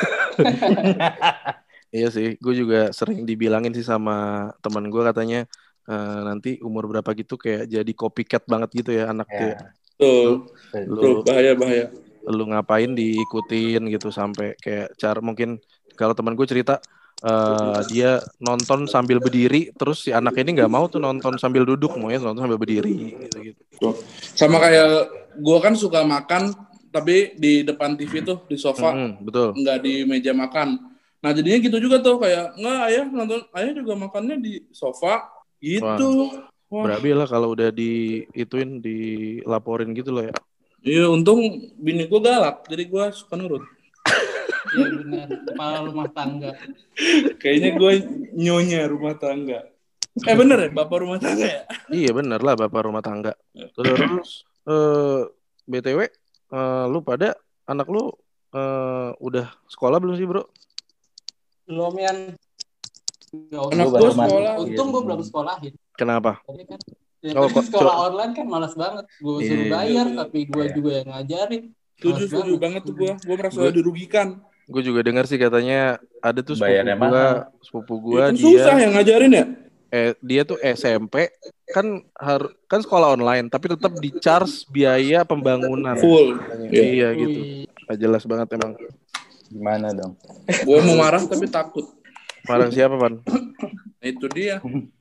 Iya sih, gue juga sering dibilangin sih sama teman gue katanya eh, nanti umur berapa gitu kayak jadi copycat banget gitu ya anak kayak Ya. Tuh, lu tuh bahaya-bahaya. lu ngapain diikutin gitu sampai kayak cara mungkin kalau teman gue cerita eh, dia nonton sambil berdiri terus si anak ini nggak mau tuh nonton sambil duduk maunya nonton sambil berdiri gitu gitu. Sama kayak gua kan suka makan tapi di depan T V tuh di sofa, Mm-mm, betul. nggak di meja makan. Nah jadinya gitu juga tuh kayak nggak ayah nonton, ayah juga makannya di sofa gitu. Wah. Berabi lah kalau udah di ituin dilaporin gitu loh ya. Iya untung bini gua galak jadi gua suka nurut. Iya benar, kepala rumah tangga. Kayaknya gue nyonya rumah tangga. Eh bener ya, bapak rumah tangga ya? Iya bener lah bapak rumah tangga. Terus eh, B T W eh, lu pada anak lu eh, udah sekolah belum sih bro? Belum Yan. Nggak usah. Anak Gua gue baru masuk. sekolah. Untung gue belum sekolahin. Kenapa? Tapi kan, ya, Oh, tapi kok- sekolah co- online kan malas banget. Gue Iya, suruh iya, bayar, iya. tapi gue Iya. juga yang ngajarin. Setuju, Males setuju banget tuh gue. Gue merasa Gua- dirugikan. Gue juga dengar sih katanya ada tuh sepupu Bayarnya gua, mahal. sepupu Ya, gua kan dia susah yang ngajarin ya. eh, dia tuh S M P kan har kan sekolah online tapi tetap di charge biaya pembangunan. Full. Katanya. Iya. Iya gitu. Wih. Gak jelas banget emang. Gimana dong? Gue mau marah tapi takut. Marah siapa, Pan? Nah, itu dia.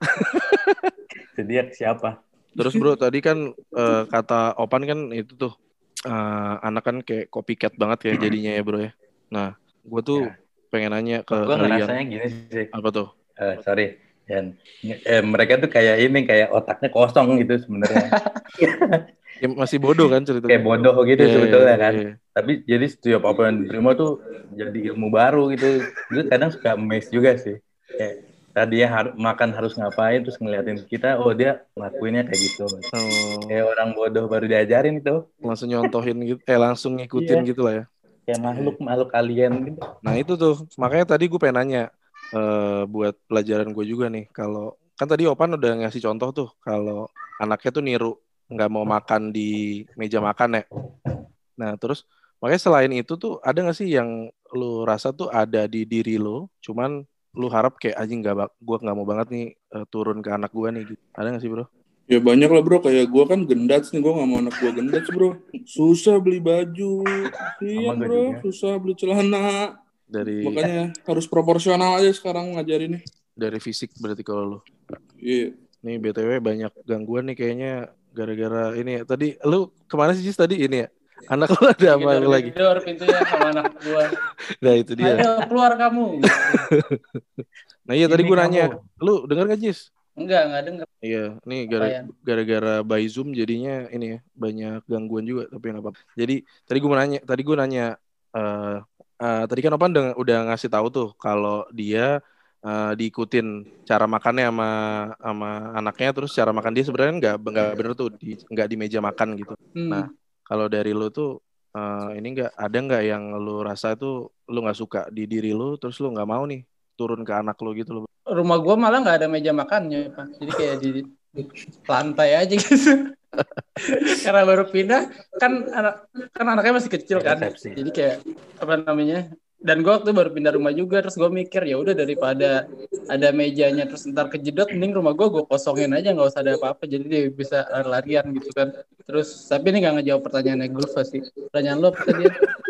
Jadi dia siapa? Terus bro tadi kan eh, kata Opan kan itu tuh eh, anak kan kayak copycat banget kayak jadinya ya bro ya. Nah, gue tuh Ya. pengen nanya ke Gue kalian. ngerasanya gini sih. Apa tuh? Eh, sorry. Dan eh, mereka tuh kayak ini kayak otaknya kosong gitu sebenarnya. Ya, masih bodoh kan ceritanya. Kayak bodoh gitu Iya, sebetulnya kan. iya. Tapi jadi setiap apa yang diterima tuh jadi ilmu baru gitu. Gue kadang suka amazed juga sih. Kayak tadi ya har- makan harus ngapain terus ngeliatin kita, oh dia ngelakuinnya kayak gitu. Oh, Kayak orang bodoh baru diajarin itu. langsung nyontohin gitu. Eh langsung ngikutin Iya. gitu lah ya. Kayak makhluk makhluk alien gitu. Nah itu tuh makanya tadi gue pengen nanya eh, buat pelajaran gue juga nih. Kalau kan tadi Opan udah ngasih contoh tuh kalau anaknya tuh niru nggak mau makan di meja makan ya. Nah terus makanya selain itu tuh ada nggak sih yang lu rasa tuh ada di diri lu, cuman lu harap kayak anjing nggak, bak- gue nggak mau banget nih eh, turun ke anak gue nih. Gitu. Ada nggak sih bro? Ya banyak lah bro, kayak gue kan gendats nih, gue gak mau anak gue gendats bro. Susah beli baju, iya Sama gua bro, juga. susah beli celana. Dari Makanya harus proporsional aja sekarang ngajarinnya. dari fisik berarti kalau lu. Iya. Nih B T W banyak gangguan nih kayaknya gara-gara ini ya. Tadi lu kemana sih Jis tadi ini ya? Anak lu ada apa Gedor, lagi? gedor pintunya sama anak gue. Nah itu dia. Ayo keluar kamu. Nah iya tadi Ini gue nanya, kamu. lu denger gak Jis? Enggak, enggak denger. Iya, nih gara- Apaan? gara-gara by Zoom jadinya ini ya banyak gangguan juga tapi nggak apa-apa. Jadi tadi gue mau nanya, tadi gue nanya, eh eh, tadi kan Opan udah, udah ngasih tahu tuh kalau dia eh, diikutin cara makannya sama sama anaknya, terus cara makan dia sebenarnya nggak nggak bener tuh, di, nggak di meja makan gitu. Hmm. Nah kalau dari lu tuh eh, ini nggak ada nggak yang lu rasa tuh lu nggak suka di diri lu, terus lu nggak mau nih turun ke anak lu gitu loh. Rumah gue malah nggak ada meja makannya, Pak. Jadi kayak di lantai aja gitu. Karena baru pindah, kan anak kan anaknya masih kecil kan. Resepsi. Jadi kayak apa namanya? Dan gue waktu baru pindah rumah juga, terus gue mikir ya udah daripada ada mejanya terus ntar kejedot, mending rumah gue gue kosongin aja, nggak usah ada apa-apa. Jadi dia bisa lari-larian gitu kan. Terus tapi ini nggak ngejawab pertanyaannya Gulfa sih. Pertanyaan lo apa tadi?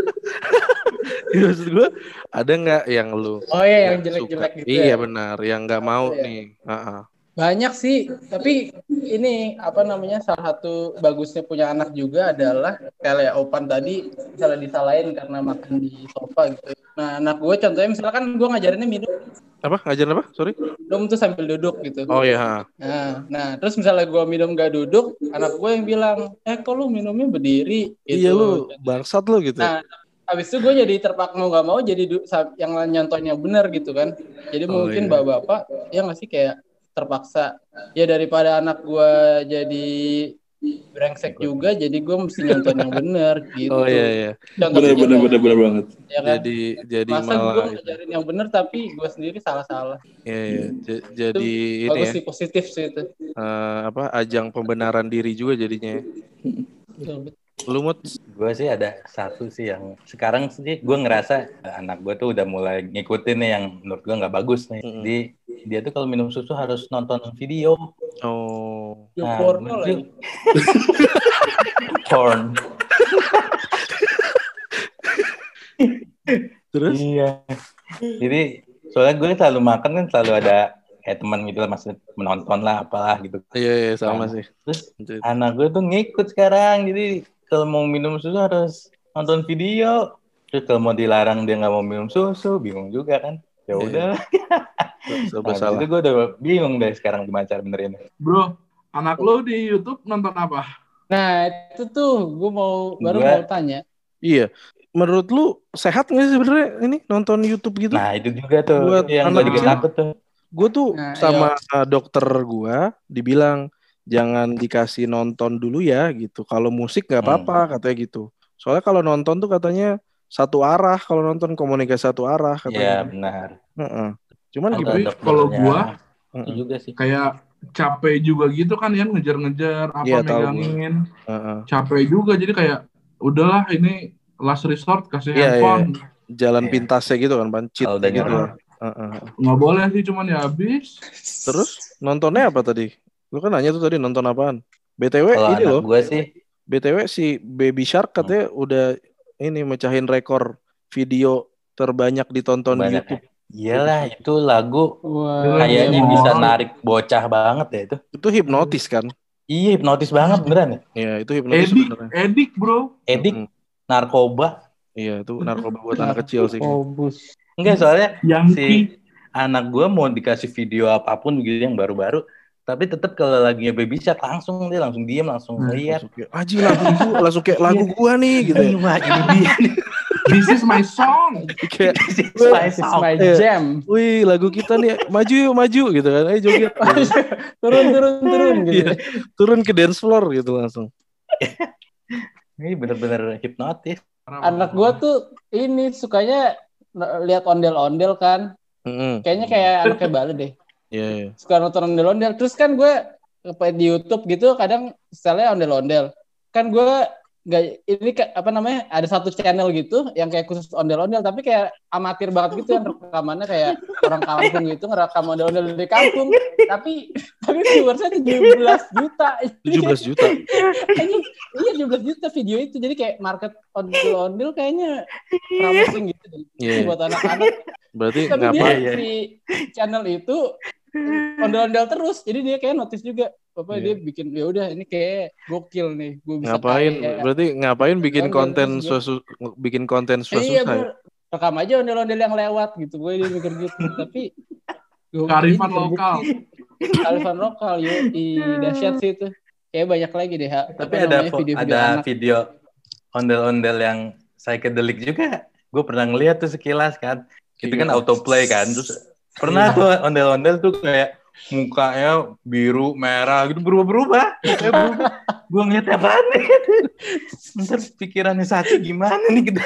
Ya, maksud gue ada nggak yang lu Oh iya yang nggak jelek-jelek suka? gitu. Iya ya. benar, yang nggak mau Iya. nih. Uh-uh. Banyak sih, tapi ini apa namanya salah satu bagusnya punya anak juga adalah kayak Opan tadi misalnya disalahin karena makan di sofa gitu. Nah anak gue contohnya misalkan gue ngajarinnya minum Apa ngajarin apa? Sorry. minum tuh sambil duduk gitu. Oh iya. Nah, nah terus misalnya gue minum gak duduk, anak gue yang bilang, eh kok lu minumnya berdiri? Gitu. Iya lu bangsat lu gitu. Nah, abis itu gue jadi terpak mau gak mau jadi du- sa- yang nyontohnya benar gitu kan. Jadi Oh, mungkin iya. bapak-bapak ya nggak sih kayak terpaksa ya daripada anak gue jadi brengsek juga, jadi gue mesti nyonton yang benar gitu. Oh iya iya. Contoh Bener, kecil bener, lah, bener, bener banget. ya kan? Jadi jadi Masa gue malah ngajarin yang benar tapi gue sendiri salah-salah. iya, iya. J- jadi ini Bagus ya sih, positif sih itu. eh, apa ajang pembenaran diri juga jadinya. Betul, betul. Lu Mut? Gue sih ada satu sih yang sekarang sih gue ngerasa anak gue tuh udah mulai ngikutin nih yang menurut gue nggak bagus nih. Mm-mm. Jadi dia tuh kalau minum susu harus nonton video. Oh. Ya Nah, porno gue lagi. Porn. Terus? Iya. Jadi soalnya gue selalu makan kan selalu ada kayak teman gitu lah, maksudnya menonton lah apalah gitu. Iya iya sama Nah, sih. Terus anak gue tuh ngikut sekarang. Jadi kalau mau minum susu harus nonton video. Terus kalau mau dilarang dia nggak mau minum susu, bingung juga kan. Ya Iya. udah. Serba Nah, salah. itu gue udah bingung deh sekarang gimana cara benerin. Bro, anak lo di YouTube nonton apa? Nah itu tuh gue mau baru Gua- mau tanya. Iya. menurut lu sehat nggak sih sebenarnya ini nonton YouTube gitu? Nah itu juga tuh Buat yang anak gue juga kecil. takut tuh. Gue tuh Nah, sama dokter gue dibilang jangan dikasih nonton dulu ya gitu. Kalau musik nggak apa-apa Hmm. katanya gitu. Soalnya kalau nonton tuh katanya satu arah. Kalau nonton komunikasi satu arah katanya Iya gitu. benar. Heeh. Cuman Kata gimana? Tapi kalau dokternya gua itu Heeh. juga sih. kayak capek juga gitu kan ya ngejar-ngejar apa Iya tahu gue. megangin. Heeh. Capek juga jadi kayak udahlah ini last resort kasih Iya iya. handphone. Jalan Iya. pintasnya gitu kan, pancit Kalau udah gitu nyerah. lah. Heeh. Nggak boleh sih cuman ya habis. Terus nontonnya apa tadi? Lu kan nanya tuh tadi nonton apaan? B T W Kalau ini anak loh. gue sih, B T W si Baby Shark hmm, katanya udah ini mecahin rekor video terbanyak ditonton di banyak ya. YouTube. Iyalah itu lagu Wah, Kayaknya kayaknya iya bisa bener. narik bocah banget ya itu. Itu hipnotis kan? Iya hipnotis banget beneran ya. Iya, itu hipnotis Edik, sebenarnya. edik bro. Edik, Mm-mm. narkoba. Iya, itu narkoba buat anak kecil sih. Narkobus. Enggak soalnya Yankee. si anak gue mau dikasih video apapun gitu yang baru-baru, tapi tetap kalau lagunya Baby Shark langsung dia langsung diem langsung ngeliat. Langsung kayak, Aji lagu gua, langsung kayak lagu gua nih gitu ya. Wah ini dia nih. This is my song. Kayak, This is This my is song. my Iya. jam. wih lagu kita nih, maju yuk maju gitu kan. Ayo joget. turun turun turun gitu. Iya, turun ke dance floor gitu langsung. Ini bener-bener hipnotis. Anak gua tuh ini sukanya lihat ondel-ondel kan. Mm-mm. Kayaknya kayak anaknya Bale deh. Iya, iya. Suka nonton ondel-ondel. Terus kan gue di YouTube gitu kadang style-nya ondel-ondel. Kan gue nggak ini ka- apa namanya ada satu channel gitu yang kayak khusus ondel-ondel tapi kayak amatir banget gitu yang rekamannya kayak orang kampung gitu ngerekam ondel-ondel di kampung tapi tapi viewersnya tujuh belas juta. tujuh belas juta. Kayaknya iya tujuh belas juta video itu jadi kayak market ondel-ondel kayaknya promising gitu deh. Iya. Buat anak-anak. Berarti Tapi dia ngapa? iya. si channel itu ondel-ondel terus, jadi dia kayak notice juga, apa Iya. dia bikin ya udah ini kayak gokil nih, gue bisa Ngapain? kayak- Berarti ngapain bikin Ondel konten terus gua- susu, bikin konten Eh, iya susah-susah? ya? bener, rekam aja ondel-ondel yang lewat gitu, gue dia mikir gitu, tapi gokil, Kearifan terbukti. lokal. Kearifan lokal, yoi, dahsyat sih itu, kayak banyak lagi deh, ha. Tapi Apa ada namanya, fo- video-video ada anak. video ondel-ondel yang psychedelic juga. Gue pernah ngeliat tuh sekilas kan. Itu kan Iya. autoplay kan. Terus pernah tuh ondel-ondel tuh kayak mukanya biru, merah gitu berubah-berubah. Kayak berubah. Gue ngeliat apaan nih. Ntar pikirannya Sachi gimana nih gitu.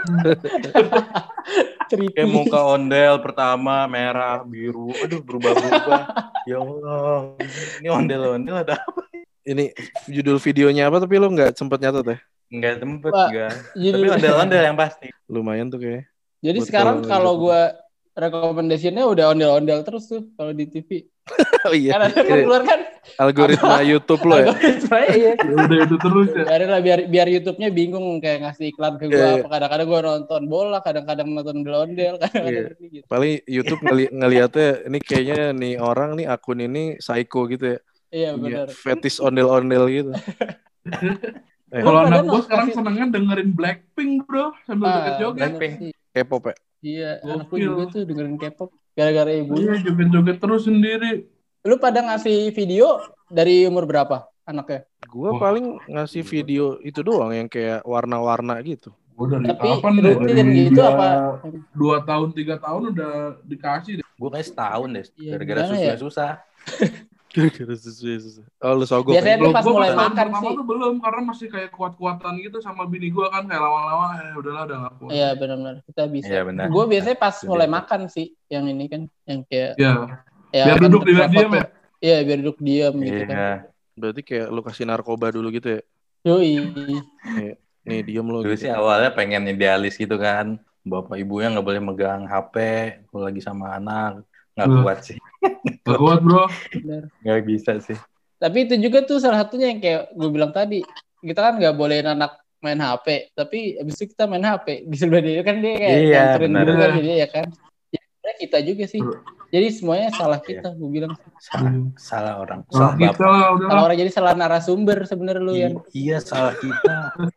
Creepy. Kayak muka ondel pertama merah, biru. Aduh berubah-berubah. Ya Allah. Ini ondel-ondel ada apa? Ini judul videonya apa tapi lo nggak sempet nyatet ya? Enggak sempet Wah, enggak. Jadi, Tapi ondel-ondel yang pasti. Lumayan tuh kayak. jadi buat sekarang kalau- kalau gue rekomendasinya udah ondel-ondel terus tuh kalau di T V. Oh iya. Kan ada kan Ini keluar kan algoritma YouTube lo ya. algoritma, iya. Ya udah itu terus ya. Biarin lah biar biar YouTube-nya bingung kayak ngasih iklan ke gue Iya, iya. apa kadang-kadang gue nonton bola, kadang-kadang nonton ondel, kadang-kadang Iya. ini gitu. Paling YouTube ngeli- ngeliatnya ini kayaknya nih orang nih akun ini psycho gitu ya. Iya Punya benar. fetish ondel-ondel gitu. Eh, Kalau Lu anak pada gue sekarang kasih- senengnya dengerin Blackpink bro sambil Ah, joget-joget. bener sih. K-pop ya. Iya, anakku Gokil. juga tuh dengerin K-pop gara-gara ibunya. Iya joget-joget terus sendiri. Lu pada ngasih video dari umur berapa anaknya? Gua Wah. paling ngasih video itu doang yang kayak warna-warna gitu. Gue dari Tapi kapan deh? rutin Dari gitu dia apa? dua tahun tiga tahun udah dikasih deh. Gue kayak setahun deh. Iya, Gara-gara gimana susunya ya? susah. Gara-gara susah. Oh lu sogok. Biasanya ya? tuh Kalau pas gue mulai pas tahun makan pertama sih. tuh belum karena masih kayak kuat-kuatan gitu sama bini gue kan kayak lama-lama eh udahlah udah gak kuat. Iya benar-benar kita bisa. Iya, benar. Gue biasanya pas Itu mulai dia. makan sih yang ini kan yang kayak Iya. ya, Biar kan duduk di foto- diam ya. Iya biar duduk diam gitu kan. Iya. Berarti kayak lu kasih narkoba dulu gitu ya. Yoi. Nih diem lo Dulu gitu. sih awalnya pengen idealis gitu kan. Bapak ibunya nggak boleh megang H P. Kalau lagi sama anak. Nggak Wah. kuat sih. Gak kuat bro. Benar. Nggak bisa sih. Tapi itu juga tuh salah satunya yang kayak gue bilang tadi, kita kan nggak bolehin anak main H P, tapi abis itu kita main H P di sebelah dia kan dia kayak Iya, nganterin benar. gitu kan jadi ya kan. Ya, sebenarnya kita juga sih. Jadi semuanya salah kita, gue bilang. Salah, Hmm. salah orang. Salah Salah kita bapak. lah udah. Salah orang jadi salah narasumber sebenarnya lu I- yang. iya, salah kita.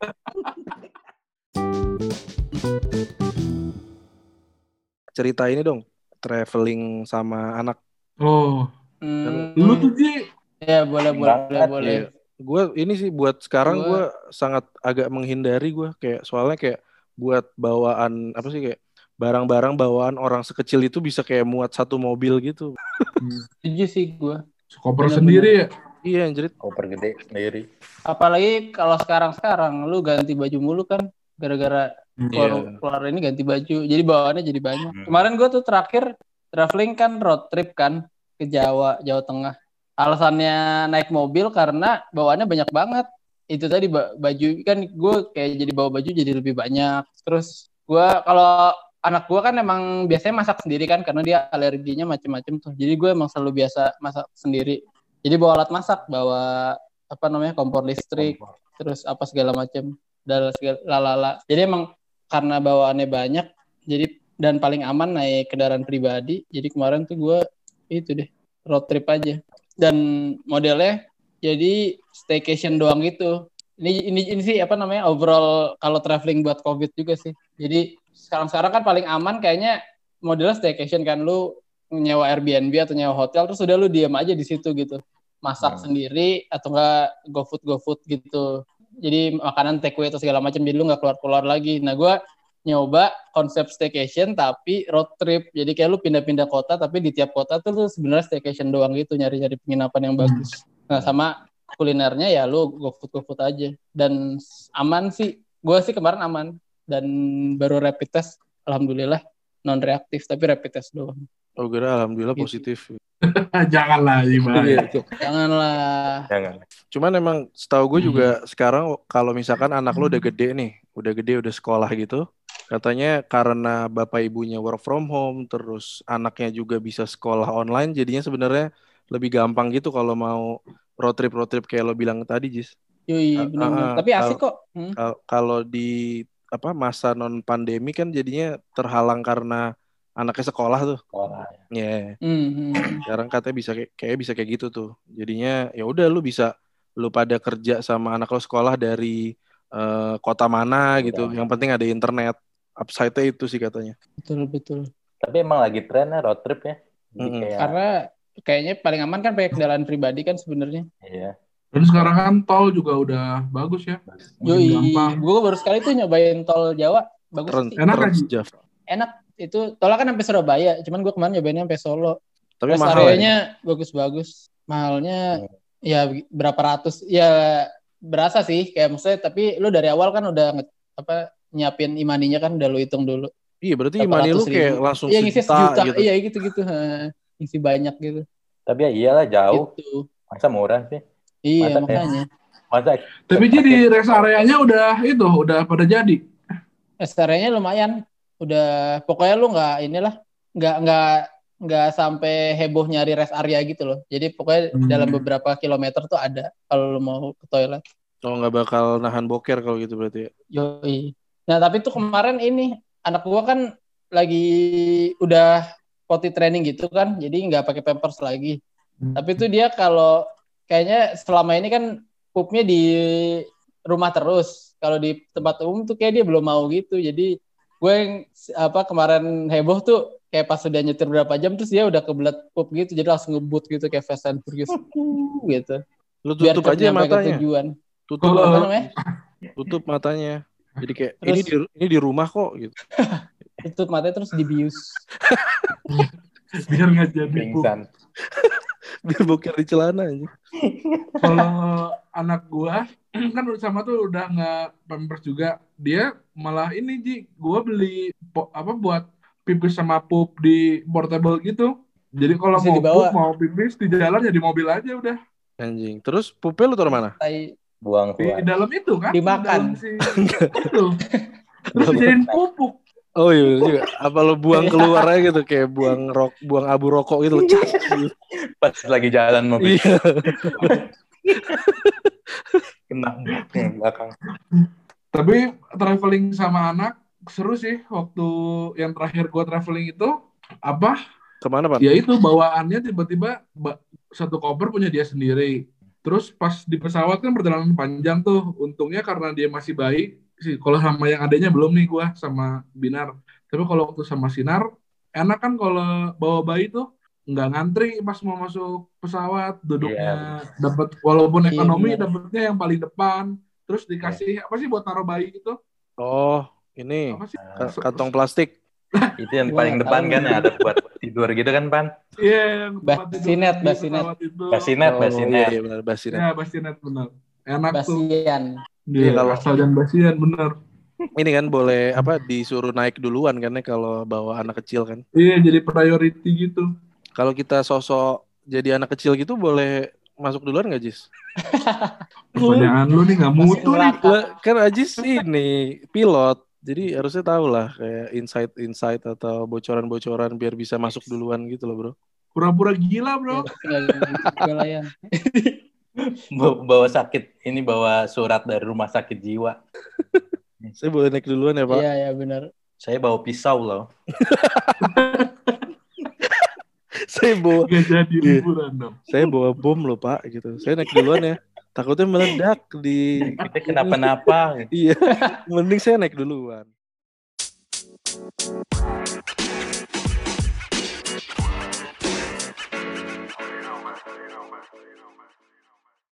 Cerita ini dong. Traveling sama anak. Oh. Hmm, Lu tuh Ji. ya boleh boleh Banget, boleh. Iya. Gue ini sih buat sekarang Gua- gue sangat agak menghindari gue kayak soalnya kayak buat bawaan apa sih kayak barang-barang bawaan orang sekecil itu bisa kayak muat satu mobil gitu. Setuju sih gue. Koper Bener-bener. sendiri ya. Iya anjir. Koper gede sendiri. Apalagi kalau sekarang-sekarang lu ganti baju mulu kan gara-gara keluar, Iya. keluar ini ganti baju. Jadi bawaannya jadi banyak. Hmm. Kemarin gue tuh terakhir traveling kan road trip kan ke Jawa, Jawa Tengah. Alasannya naik mobil karena bawaannya banyak banget. Itu tadi ba- baju kan gue kayak jadi bawa baju jadi lebih banyak. Terus gue kalau anak gue kan emang biasanya masak sendiri kan karena dia alerginya macem-macem tuh. Jadi gue emang selalu biasa masak sendiri. Jadi bawa alat masak, bawa apa namanya kompor listrik, Kompor. terus apa segala macam, dan segala lalala. Jadi emang karena bawaannya banyak, jadi dan paling aman naik kendaraan pribadi. Jadi kemarin tuh gue itu deh road trip aja. Dan modelnya jadi staycation doang gitu. Ini ini ini sih apa namanya overall kalau traveling buat COVID juga sih. Jadi sekarang-sekarang kan paling aman kayaknya modelnya staycation kan, lu nyewa Airbnb atau nyewa hotel terus udah lu diam aja di situ gitu. Masak Hmm. sendiri atau enggak GoFood GoFood gitu. Jadi makanan take away atau segala macam, jadi lu nggak keluar-keluar lagi. Nah gue nyoba konsep staycation tapi road trip. Jadi kayak lu pindah-pindah kota tapi di tiap kota tuh lu sebenarnya staycation doang gitu, nyari-nyari penginapan yang bagus. Nah sama kulinernya ya lu GoFood GoFood aja. Dan aman sih. Gue sih kemarin aman dan baru rapid test alhamdulillah non reaktif tapi rapid test doang. Oh kira alhamdulillah Gitu. positif. Janganlah Ibai. Janganlah. Jangan. Cuman emang setahu gue Hmm. juga sekarang kalau misalkan anak lo udah gede nih, udah gede udah sekolah gitu, katanya karena bapak ibunya work from home, terus anaknya juga bisa sekolah online, jadinya sebenarnya lebih gampang gitu kalau mau road trip road trip kayak lo bilang tadi, Jis. Yoi, Ah, benar-benar. ah, Tapi asik kal- kok. Hmm. kal- Kalau di apa masa non pandemi kan jadinya terhalang karena anaknya sekolah tuh. Sekolah. Ya, Hmm, hmm. sekarang katanya bisa kayak kayak bisa kayak gitu tuh. Jadinya ya udah lu bisa lu pada kerja sama anak lo sekolah dari eh, kota mana gitu. Udah. Yang penting ada internet. Upside-nya itu sih katanya. Betul betul. Tapi emang lagi trennya road trip ya. Jadi Mm-mm. kayak Karena kayaknya paling aman kan pakai kendaraan pribadi kan sebenarnya. iya. Dan sekarang kan tol juga udah bagus ya. Makin Yoi, gampang. gue baru sekali tuh nyobain tol Jawa, bagus Trans, sih. Enak, Trans Haji? Jav. Enak. Itu tolnya kan sampai Surabaya, cuman gue kemarin nyobainnya sampai Solo. Tapi Rest mahal ya. areanya bagus-bagus. Mahalnya ya berapa ratus. Ya berasa sih kayak maksudnya, tapi lu dari awal kan udah nge- apa nyiapin imaninya kan udah lu hitung dulu. Iya berarti Berapa imani lu ratus kayak ribu. langsung Iya ngisi sejuta sejuta, gitu. iya gitu-gitu. Ha, ngisi banyak gitu. Tapi ya iyalah jauh. Gitu. Masa murah sih? Iya Masa kayak- makanya. Masa Tapi Ji di rest areanya udah itu, udah pada jadi. Rest area-nya lumayan. Udah pokoknya lu nggak inilah nggak nggak nggak sampai heboh nyari rest area gitu loh. Jadi pokoknya Hmm. dalam beberapa kilometer tuh ada kalau lu mau ke toilet. Oh nggak bakal nahan boker kalau gitu berarti ya. Yoi. Nah tapi tuh kemarin ini anak gua kan lagi udah potty training gitu kan, jadi nggak pakai pampers lagi. Tapi tuh dia kalau kayaknya selama ini kan pupnya di rumah terus. Kalau di tempat umum tuh kayak dia belum mau gitu. Jadi gue yang apa kemarin heboh tuh kayak pas udah nyetir berapa jam terus dia udah kebelet pup gitu, jadi langsung ngebut gitu kayak Fast and Furious gitu. Lu Biar tutup cepet aja nyampe ke matanya. tujuan. Tutup Kalau- Apa matanya. namanya? Tutup matanya. Jadi kayak Terus- ini di ini di rumah kok gitu. Tutup matanya terus dibius. Biar nggak jadi pup. pingsan. Biar boker di celana aja. Kalau anak gua kan sama tuh udah nggak pampers juga, dia malah ini Ji, gua beli po- apa buat pipis sama pup di portable gitu. Jadi kalau Bisa mau dibawa. pup mau pipis di jalan ya di mobil aja udah. Anjing. Terus pupel lu taruh mana? Tai Buang Di keluar. dalam itu kan. Dimakan. Di dalam si itu. Terus dijadiin pupuk. Oh iya bener juga. Apa lu buang keluar aja gitu kayak buang rok, buang abu rokok gitu. Cas, gitu. Pas lagi jalan mobil Iya. kena yang belakang. Tapi traveling sama anak seru sih. Waktu yang terakhir gua traveling itu apa? Kemana Pan? Ya itu bawaannya tiba-tiba ba- satu koper punya dia sendiri. Terus pas di pesawat kan perjalanan panjang tuh. Untungnya karena dia masih bayi sih. Kalau sama yang adanya belum nih gua sama Binar. Tapi kalau waktu sama Sinar enak kan kalau bawa bayi tuh nggak ngantri pas mau masuk pesawat, duduknya dapat walaupun Iya, ekonomi benar. dapatnya yang paling depan. Terus dikasih apa sih buat naruh bayi gitu? Oh, Ini Apa sih? ka- kantong plastik. Itu yang Gua paling nggak depan tahu kan nih. yang ada buat tidur gitu kan, Pan? Iya, yang tempat tidur Basinet, di basinet. pesawat itu. Basinet, Oh basinet. iya, iya benar basinet. Ya, basinet benar. Enak tuh. Basian. Iya, Iya, kalau- asal jangan basian benar. Ini kan boleh apa disuruh naik duluan kan ya kalau bawa anak kecil kan. Iya, jadi priority gitu. Kalau kita sosok jadi anak kecil gitu boleh masuk duluan nggak Jis? Pertanyaan lu nih nggak mutu nih. neraka. Lah, kan Ajis ini pilot, jadi harusnya tahu lah kayak insight-insight atau bocoran-bocoran biar bisa masuk duluan gitu loh bro. Pura-pura gila, Ya, bro. tapi nggak gitu juga lah ya. Bawa bawa sakit, ini bawa surat dari rumah sakit jiwa. Saya boleh naik duluan ya Pak? Iya, ya benar. Saya bawa pisau loh. Saya bawa, Gak jadi Iya. liburan dong. saya bawa bom loh Pak gitu. Saya naik duluan ya. Takutnya meledak di. Kita kenapa-napa. Iya, mending saya naik duluan.